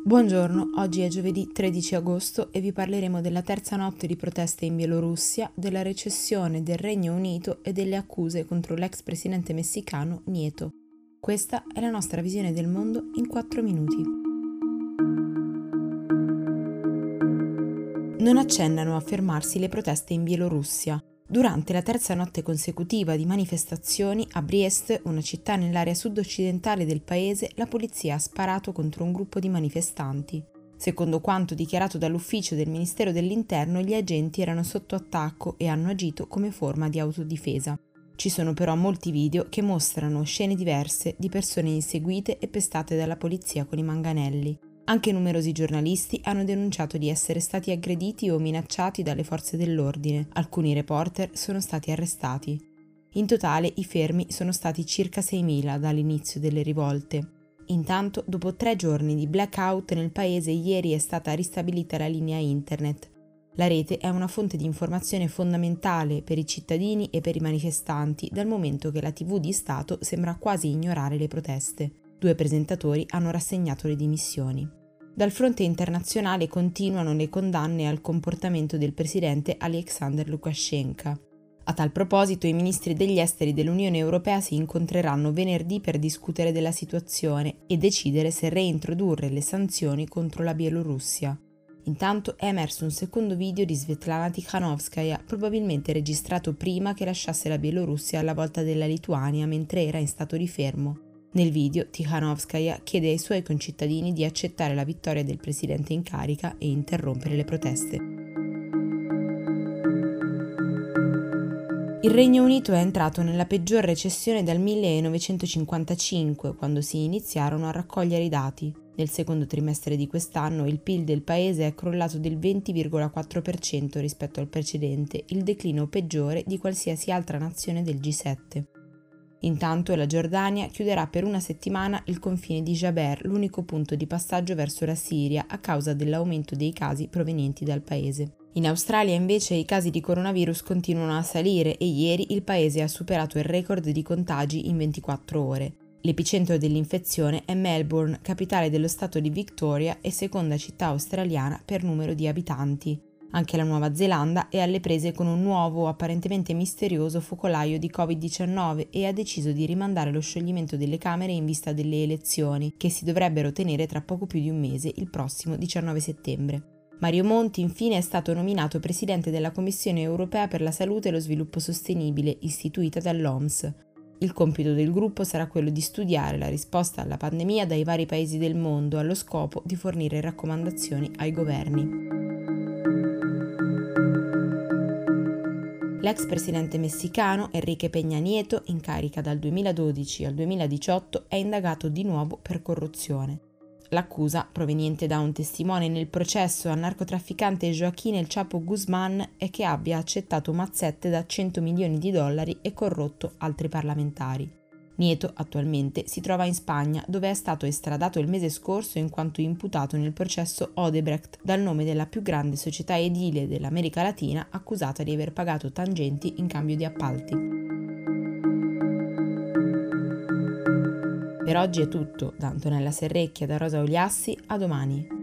Buongiorno, oggi è giovedì 13 agosto e vi parleremo della terza notte di proteste in Bielorussia, della recessione del Regno Unito e delle accuse contro l'ex presidente messicano Nieto. Questa è la nostra visione del mondo in 4 minuti. Non accennano a fermarsi le proteste in Bielorussia. Durante la terza notte consecutiva di manifestazioni a Briest, una città nell'area sud-occidentale del paese, la polizia ha sparato contro un gruppo di manifestanti. Secondo quanto dichiarato dall'ufficio del Ministero dell'Interno, gli agenti erano sotto attacco e hanno agito come forma di autodifesa. Ci sono però molti video che mostrano scene diverse di persone inseguite e pestate dalla polizia con i manganelli. Anche numerosi giornalisti hanno denunciato di essere stati aggrediti o minacciati dalle forze dell'ordine. Alcuni reporter sono stati arrestati. In totale i fermi sono stati circa 6.000 dall'inizio delle rivolte. Intanto, dopo 3 giorni di blackout nel paese, ieri è stata ristabilita la linea internet. La rete è una fonte di informazione fondamentale per i cittadini e per i manifestanti, dal momento che la TV di Stato sembra quasi ignorare le proteste. 2 presentatori hanno rassegnato le dimissioni. Dal fronte internazionale continuano le condanne al comportamento del presidente Alexander Lukashenko. A tal proposito, i ministri degli esteri dell'Unione Europea si incontreranno venerdì per discutere della situazione e decidere se reintrodurre le sanzioni contro la Bielorussia. Intanto è emerso un secondo video di Svetlana Tikhanovskaya, probabilmente registrato prima che lasciasse la Bielorussia alla volta della Lituania mentre era in stato di fermo. Nel video, Tikhanovskaya chiede ai suoi concittadini di accettare la vittoria del presidente in carica e interrompere le proteste. Il Regno Unito è entrato nella peggior recessione dal 1955, quando si iniziarono a raccogliere i dati. Nel secondo trimestre di quest'anno il PIL del paese è crollato del 20,4% rispetto al precedente, il declino peggiore di qualsiasi altra nazione del G7. Intanto la Giordania chiuderà per una settimana il confine di Jaber, l'unico punto di passaggio verso la Siria, a causa dell'aumento dei casi provenienti dal paese. In Australia invece i casi di coronavirus continuano a salire e ieri il paese ha superato il record di contagi in 24 ore. L'epicentro dell'infezione è Melbourne, capitale dello stato di Victoria e seconda città australiana per numero di abitanti. Anche la Nuova Zelanda è alle prese con un nuovo, apparentemente misterioso focolaio di Covid-19 e ha deciso di rimandare lo scioglimento delle Camere in vista delle elezioni, che si dovrebbero tenere tra poco più di un mese, il prossimo 19 settembre. Mario Monti, infine, è stato nominato presidente della Commissione europea per la salute e lo sviluppo sostenibile, istituita dall'OMS. Il compito del gruppo sarà quello di studiare la risposta alla pandemia dai vari paesi del mondo, allo scopo di fornire raccomandazioni ai governi. L'ex presidente messicano Enrique Peña Nieto, in carica dal 2012 al 2018, è indagato di nuovo per corruzione. L'accusa, proveniente da un testimone nel processo al narcotrafficante Joaquín El Chapo Guzmán, è che abbia accettato mazzette da $100 milioni e corrotto altri parlamentari. Nieto attualmente si trova in Spagna, dove è stato estradato il mese scorso in quanto imputato nel processo Odebrecht dal nome della più grande società edile dell'America Latina accusata di aver pagato tangenti in cambio di appalti. Per oggi è tutto, da Antonella Serrecchia e da Rosa Oliassi, a domani.